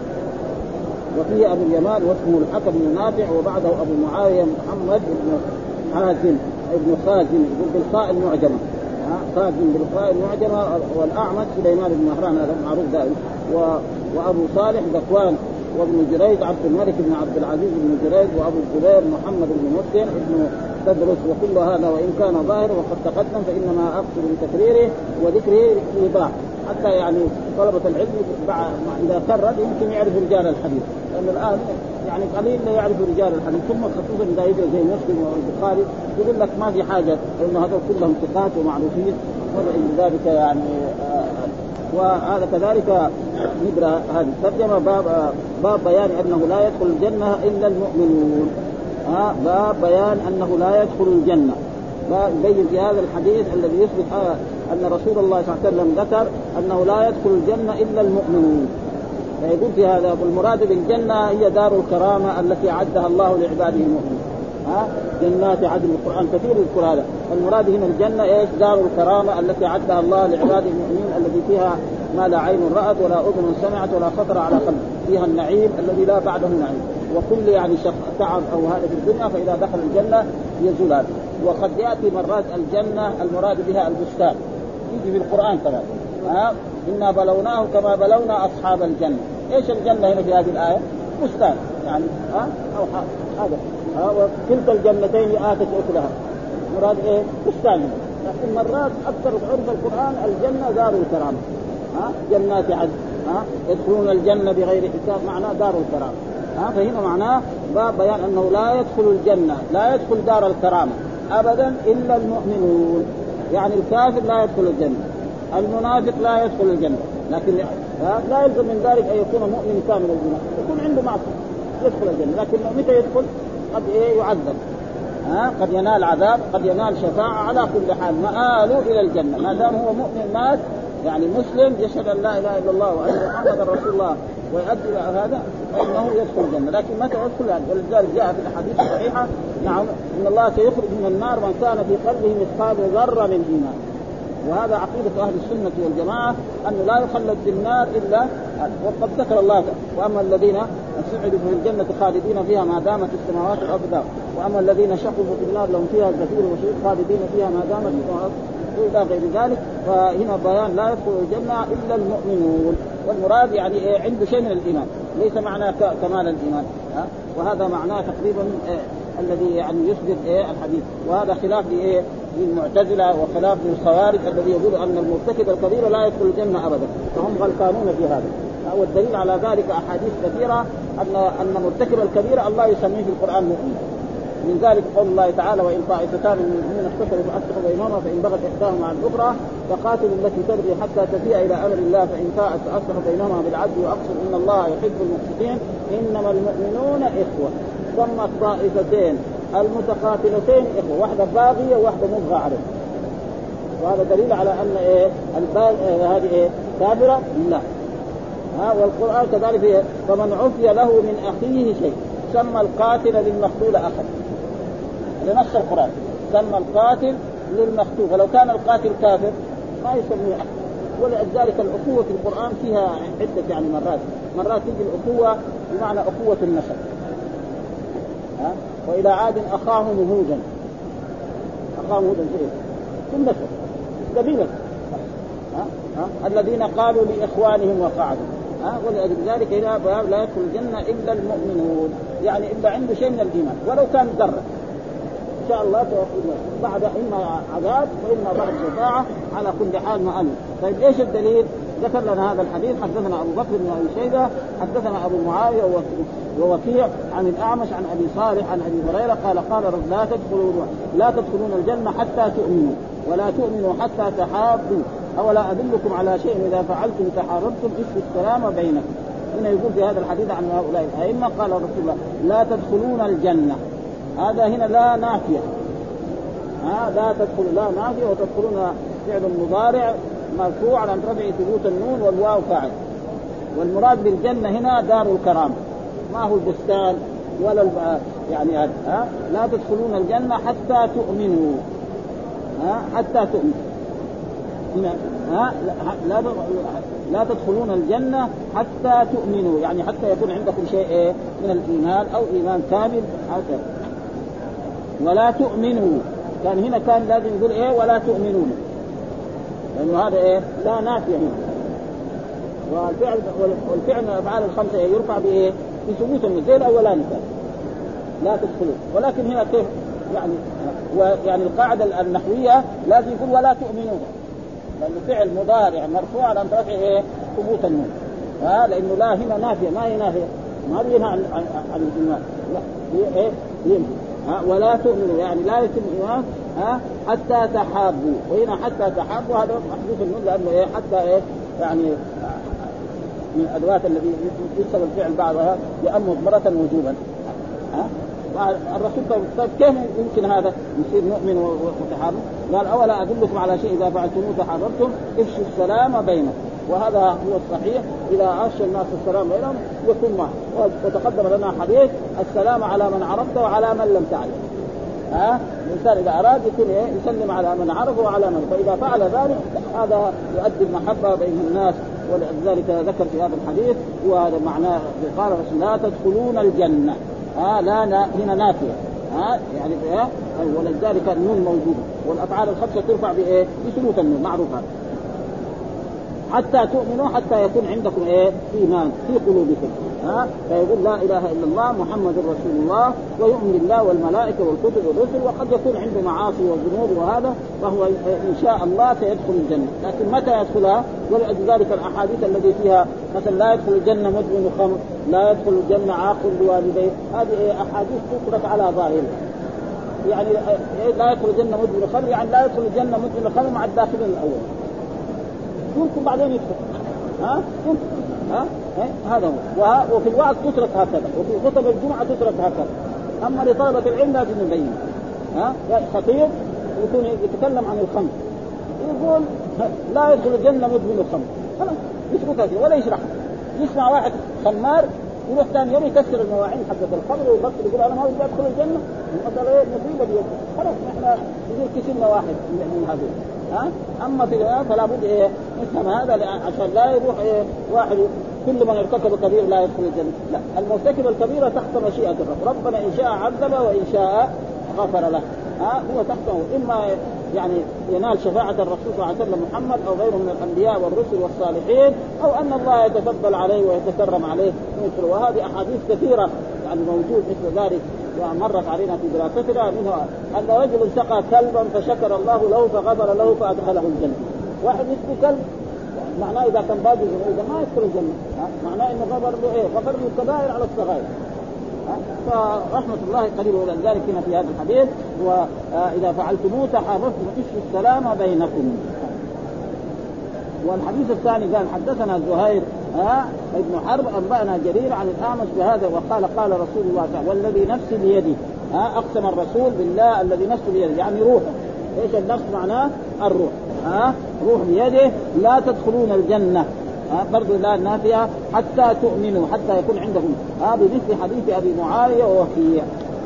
وفيه أبو اليمان واسمه الحكم بن نافع، وبعده أبو معاوية محمد بن حازم ابن خازم بالخاء المعجمة خازم بالخاء المعجمة، والأعمش سليمان بن مهران هذا معروف دائما، وأبو صالح ذكوان، وابن جريج عبد الملك بن عبد العزيز بن جريج، وأبو الزبير محمد بن مسلم ابن تدرس. وكل هذا وإن كان ظاهر وقد تقدم فإنما أقصد بتكريره وذكره إيضاح حتى يعني طلبة العلم إذا كرر يمكن يعرف رجال الحديث، لأن الآن يعني قليل لا يعرف رجال الحديث، ثم خصوصا إذا يجي زي مسلم والبخاري يقول لك ما في حاجة لأن هذول كلهم ثقات ومعروفين وإن ذلك يعني وهذا كذلك نقرأ هذه الترجمة باب بيان أنه لا يدخل الجنة إلا المؤمنون. باب بيان أنه لا يدخل الجنة، يبين في هذا الحديث الذي يثبت أن رسول الله صلى الله عليه وسلم ذكر أنه لا يدخل الجنة إلا المؤمنون. فيقول في هذا والمراد بالجنة هي دار الكرامة التي أعدها الله لعباده المؤمنين. جنات عدن، القرآن كثير يذكر هذا. المراد هنا الجنة إيش؟ دار الكرامة التي أعدها الله لعباده المؤمنين الذي فيها ما لا عين رأت ولا أذن سمعت ولا خطر على قلب، فيها النعيم الذي لا بعده نعيم. وكل يعني تعب أو هذا في الدنيا فإذا دخل الجنة يزول هذا. وقد يأتي مرات الجنة المراد بها البستان، يجي في القرآن كمان إنا بلوناه كما بلونا أصحاب الجنة. إيش الجنة هنا في هذه الآية؟ بستان يعني أو هذا وكلتا الجنتين آتت أكلها، مراد إيه؟ بستان. لكن مرات أكثر عرف القرآن الجنة دار الكرامة، جنات عدن، يدخلون الجنة بغير حساب، معناه دار الكرامة. فهنا معناه باب بيان أنه لا يدخل الجنة، لا يدخل دار الكرامة أبدا إلا المؤمنون. يعني الكافر لا يدخل الجنة، المنافق لا يدخل الجنة، لكن لا يلزم من ذلك أن يكون مؤمن كامل الإيمان، يكون عنده معصية يدخل الجنة، لكن متى يدخل؟ قد يعذب، قد ينال عذاب، قد ينال شفاعة، على كل حال مآله إلى الجنة ما دام هو مؤمن مات يعني مسلم يشهد أن لا إله إلا الله وأن محمدا رسول الله ويؤدي هذا فإنه يدخل الجنة. لكن متى يدخل يعني؟ ولذلك جاء في الحديث الصحيحة نعم إن الله سيخرج من النار من كان في قلبه مثقال ذرة من إيمان. وهذا عقيدة أهل السنة والجماعة أنه لا يخلد في النار إلا وقد ذكر الله. وأما الذين سعدوا في الجنة خالدين فيها ما دامت السماوات والأرض، وأما الذين شقوا في النار لهم فيها زفير وشهيق خالدين فيها ما دامت السماوات إلى غير ذلك. فهنا بيان لا يدخل الجنة إلا المؤمنون، والمراد يعني عنده شيء من الإيمان، ليس معنى كمال الإيمان. وهذا معناه تقريبا الذي يعني يثبت الحديث. وهذا خلاف للمعتزلة وخلاف للخوارج الذي يقول أن المرتكب الكبير لا يدخل الجنة أبدا، فهم غلطانون في هذا. والدليل على ذلك أحاديث كثيرة أن مرتكب الكبير الله يسميه في القرآن مؤمن. من ذلك قول الله تعالى وإن طائفتان من المؤمنين اقتتلوا فأصلحوا بينهما فإن بغت إحداهما على الأخرى فقاتلوا التي تبغي حتى تفيء إلى أمر الله فإن فاءت فأصلحوا بينهما بالعدل وأقسطوا إن الله يحب المقسطين إنما المؤمنون إخوة. ثم الطائفتين المتقاتلتين إخوة، واحدة باغية وواحدة مبغى عليه. وهذا دليل على أن هذه كافرة لا. والقرآن كذلك فمن عفي له من أخيه شيء سمى القاتل للمقتول أخا، لنص القرآن سمى القاتل للمقتول، ولو كان القاتل كافر ما يسميه أخا. ولذلك الأخوة في القرآن فيها عدة يعني مرات تيجي الأخوة بمعنى أخوة النسب. وإلى عاد أخاهم هودا، أخاهم هودا في النسب قبيلة الذين قالوا لإخوانهم وقعدوا. ولذلك إلى باب لا يدخل الجنة إلا المؤمنون، يعني إلا عنده شيء من الإيمان ولو كان ذرة إن شاء الله بعد إما عذاب وإما بعد شفاعة، على كل حال مآل. طيب إيش الدليل؟ ذكر لنا هذا الحديث حدثنا أبو بكر بن أبي شيبة حدثنا أبو معاوية ووكيع عن الأعمش عن أبي صالح عن أبي هريرة قال قال لا تدخلون الجنة حتى تؤمنوا ولا تؤمنوا حتى تحابوا أولا أدلكم على شيء إذا فعلتم تحاربتم اسم السلام بينكم. هنا يقول في هذا الحديث عن هؤلاء الأئمة قال رسول الله لا تدخلون الجنة، هذا هنا لا نافية، لا تدخل لا نافية، وتدخلون فعل مضارع مرفوع على رفع ثبوت النون والواو فاعل. والمراد بالجنة هنا دار الكرامة، ما هو البستان ولا يعني هذا. لا تدخلون الجنة حتى تؤمنوا، حتى تؤمنوا هنا لا تدخلون الجنة حتى تؤمنوا، يعني حتى يكون عندكم شيء من الإيمان أو إيمان كامل هكذا. ولا تؤمنوا كان هنا كان لازم يقول ولا تؤمنون، لأنه هذا لا نافية هنا. والفعل الأفعال الخمسة يرفع بثبوت النون زي الأولاني كان لا تدخلون، ولكن هنا كيف ويعني القاعدة النحوية لازم يقول ولا تؤمنون، لأنه فعل مضارع مرفوع على رفعه إيه؟ ثبوت النون. لأنه لا هنا نافية، ما هي نافية، ما هي عن الإيمان، لا هي إيه؟ ولا تؤمنوا يعني لا يتم الإيمان حتى تحابوا. وهنا حتى تحابوا هذا محذوف النون لأنه إيه؟ حتى إيه؟ يعني من الأدوات الذي يكسب الفعل بعضها لأن مضمرة وجوبا. الرسول طيب كيف يمكن هذا يصير نؤمن وتحابوا؟ قال أولا أدلكم على شيء إذا فعلتموه تحاببتم افشوا السلام بينكم، وهذا هو الصحيح. إذا أفشى الناس السلام بينهم يكون معه. وتقدم لنا حديث السلام على من عرفت وعلى من لم تعرف. الإنسان إذا أراد يكون يسلم على من عرفه وعلى من، فإذا فعل ذلك هذا يؤدي المحبة بين الناس. ولذلك ذكر في هذا الحديث وهذا معناه قال رسول لا تدخلون الجنة. لا هنا نافية يعني ولذلك النون موجودة، والأفعال الخمسة ترفع بإيه؟ بثبوت النون معروف هذا. حتى تؤمنوا حتى يكون عندكم إيه؟ إيمان في قلوبكم. فيقول لا إله إلا الله محمد رسول الله، ويؤمن بالله والملائكة والكتب والرسل، وقد يكون عنده معاصي وذنوب وهذا، فهو إن شاء الله سيدخل الجنة. لكن متى يدخلها؟ ولذلك الأحاديث التي فيها مثلا لا يدخل الجنة مدمن خمر، لا يدخل الجنة عاق لوالديه، هذه أحاديث تترك على ظاهرها. يعني لا يدخل الجنة مدمن خمر يعني لا يدخل الجنة مدمن خمر مع الداخلين الأول، يمكن بعدين يدخل هذا هو. وفي الوعظ تترك هكذا، وفي خطب الجمعة تترك هكذا. أما لطلبة العلم لازم نبين. خطيب يكون يتكلم عن الخمر يقول لا يدخل الجنة مدمن الخمر، خلاص يتركها كده ولا يشرح. يسمع واحد خمار يروح ثاني يوم يكسر المواعين حقت الخمر ويبطل يقول أنا ما أريد أدخل الجنة، المسألة مصيبة دي. خلاص نحن يصير كسرنا واحد من هذول. أما في فلا بد نفهم هذا عشان لا يروح واحد كل من ارتكب كبير لا يدخل الجنة. لا، المرتكب الكبيرة تحت مشيئة الرب، ربنا إن شاء عذبه وإن شاء غفر له. هو تحته إما يعني ينال شفاعة الرسول صلى الله عليه وسلم محمد أو غيره من الأنبياء والرسل والصالحين، أو أن الله يتفضل عليه ويتكرم عليه مثل. وهذه أحاديث كثيرة يعني موجود مثل ذلك ومرت علينا في دراستنا. منها أن رجل سقى كلبا فشكر الله له فغفر له فأدخله الجنة. واحد يسقي كلب معناه إذا كان باقي إذا ما يدخل الجنة، معناه إنه غفر له إيه؟ غفر له الكبائر على الصغائر. فرحمة الله قريبة. ولذلك هنا في هذا الحديث وإذا فعلتموه تحاببتم افشوا السلام بينكم. والحديث الثاني قال حدثنا زهير ابن حرب أنبأنا جرير عن الأعمش بهذا وقال قال رسول الله تعالى والذي نفسي بيده. أقسم الرسول بالله الذي نفسي بيده يعني روحه. إيش النفس معناه؟ الروح. روح بيده لا تدخلون الجنة برضو لا نافية حتى تؤمنوا حتى يكون عندهم بمثل حديث أبي معاوية ووكيع.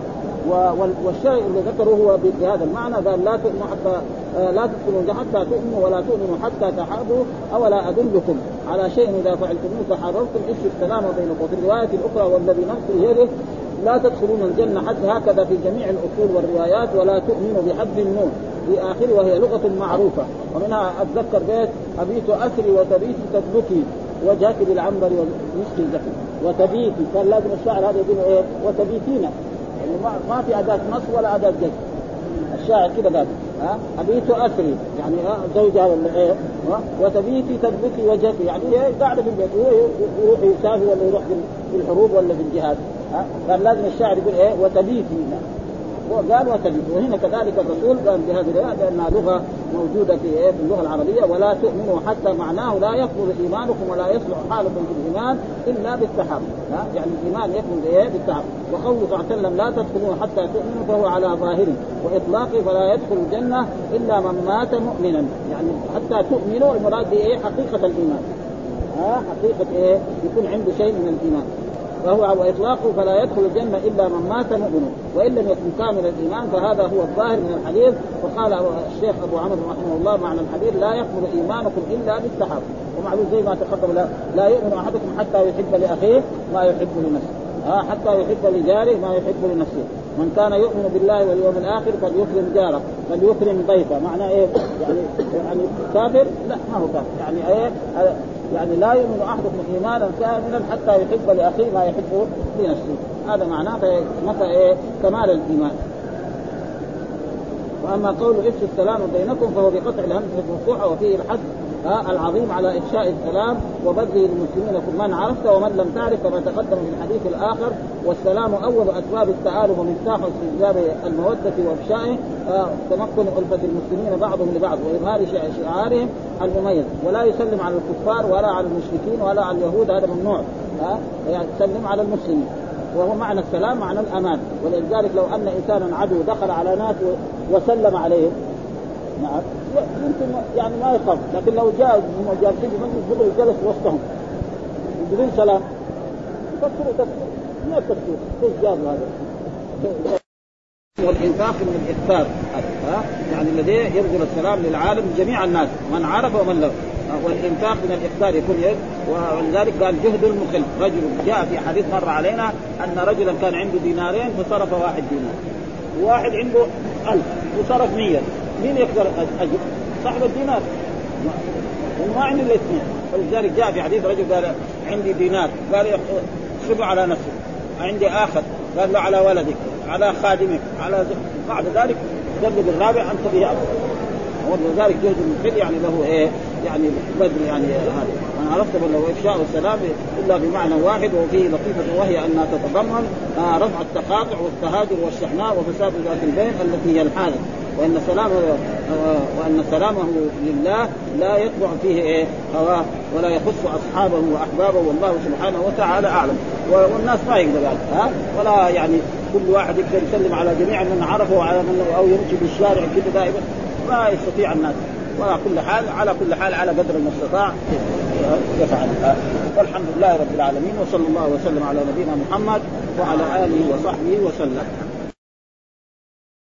والشيء اللي ذكره هو بهذا المعنى قال لا تؤمنوا حتى لا تدخلوا حتى تؤمنوا ولا تؤمنوا حتى تحابوا أولا أدلكم على شيء إذا فعلتموه تحاببتم افشوا السلام بينكم. وفي الرواية الأخرى والذي نفس بيده لا تدخلون الجنة حتى هكذا في جميع الأصول والروايات ولا تؤمنوا بحذف النون في آخر وهي لغة معروفة. ومنها أتذكر بيت أبيت أسري وتبيت تدلكي وجهك بالعنبر ومسك الزكي وتبيتي. كان لازم الشاعر هذا يقول إيه وتبيتينا يعني ما في أداة نصب ولا أداة جزم. الشاعر كده قال أبيت أسري يعني زوجها ولا إيه وتبيتي تدلكي وجهك يعني إيه قاعدة في البيت هو يروح يسافر ولا يروح في الحروب ولا في الجهاد. كان لازم الشاعر يقول إيه وتبيتي وقال وتبيت. وهنا كذلك الرسول قال بهذه الآية لأنها لغة موجودة في اللغة العربية ولا تؤمنوا حتى معناه لا يكمل إيمانكم ولا يصلح حالكم في الإيمان إلا بالتحاب. يعني الإيمان يكمل بالتحاب. وقوله صلى الله عليه وسلم لا تدخلوا حتى تؤمنوا فهو على ظاهره وإطلاقه فلا يدخل الجنة إلا من مات مؤمنا. يعني حتى تؤمنوا المراد به حقيقة الإيمان حقيقة يكون عنده شيء من الإيمان وهو وإطلاقه فلا يدخل الجنة إلا من مات مؤمنا وإن لم يكن كامل الإيمان فهذا هو الظاهر من الحديث. وقال الشيخ أبو عمرو رحمه الله معنى الحديث لا يكمل إيمانكم إلا بالتحاب. ومعلوم زي ما تقدم لا يؤمن أحدكم حتى يحب لأخيه ما يحب لنفسه حتى يحب لجاره ما يحب لنفسه. من كان يؤمن بالله واليوم الآخر فليكرم جاره فليكرم ضيفه. معنى إيه يعني كافر؟ لا ما هو كافر يعني إيه يعني لا يؤمن أحدكم إيمانا كاملا حتى يحب لأخيه ما يحب لنفسه. هذا معناه متى كمال الإيمان. واما قول افشوا السلام بينكم فهو بقطع الهمزه المفتوحه وفيه الحث العظيم على افشاء السلام وبذله للمسلمين من عرفت ومن لم تعرف كما تقدم في الحديث الاخر. والسلام اول اسباب التآلف ومفتاح استجلاب الموده وافشائه تمكن ألفة المسلمين بعضهم لبعض واظهار شعارهم المميز. ولا يسلم على الكفار ولا على المشركين ولا على اليهود، هذا ممنوع. يعني يسلم على المسلمين، وهو معنى السلام معنى الأمان. ولذلك لو أن إنسانا عدو دخل على ناس وسلم عليهم نعم يمكن يعني ما يخاف، لكن لو جاء جالسين في مجلس بدر جلس وسطهم بدون سلام يفكروا تفكير ما التفكير ايش جاب هذا. والإنفاق من الإكثار يعني الذي يبذل السلام للعالم جميع الناس من عرف ومن لم. والإنفاق من الإكثار يكون يد. ولذلك قال جهد المخل. رجل جاء في حديث مر علينا أن رجلا كان عنده دينارين فصرف 1 دينار، وواحد عنده 1000 وصرف 100. مين يقدر أجر؟ صاحب الدينار، ما عنده الاثنين. ولذلك جاء في حديث رجل قال عندي دينار، قال اصرفه على نفسه. عندي آخر قال له على ولدك، على خادمك، على بعد ذلك جلد الرابع أنت به أبدا. ولذلك جهد المخل يعني له إيه يعني بدل يعني هذا. أنا عرفت بأنه إفشاء السلام إلا بمعنى واحد وفيه لطيفة وهي أنها تتضمن رفع التقاطع والتهاجر والشحناء وفساد ذات البين التي هي الحالة. وأن سلامه لله لا يتبع فيه إيه هواه ولا يخص أصحابه وأحبابه، والله سبحانه وتعالى أعلم. والناس ما يقدر ولا يعني كل واحد يقدر يسلم على جميع من عرفه وعلى من أو يمشي بالشارع كده دائما ما يستطيع الناس. وعلى كل حال على قدر المستطاع يفعل. والحمد لله رب العالمين، وصلى الله وسلم على نبينا محمد وعلى آله وصحبه وسلم.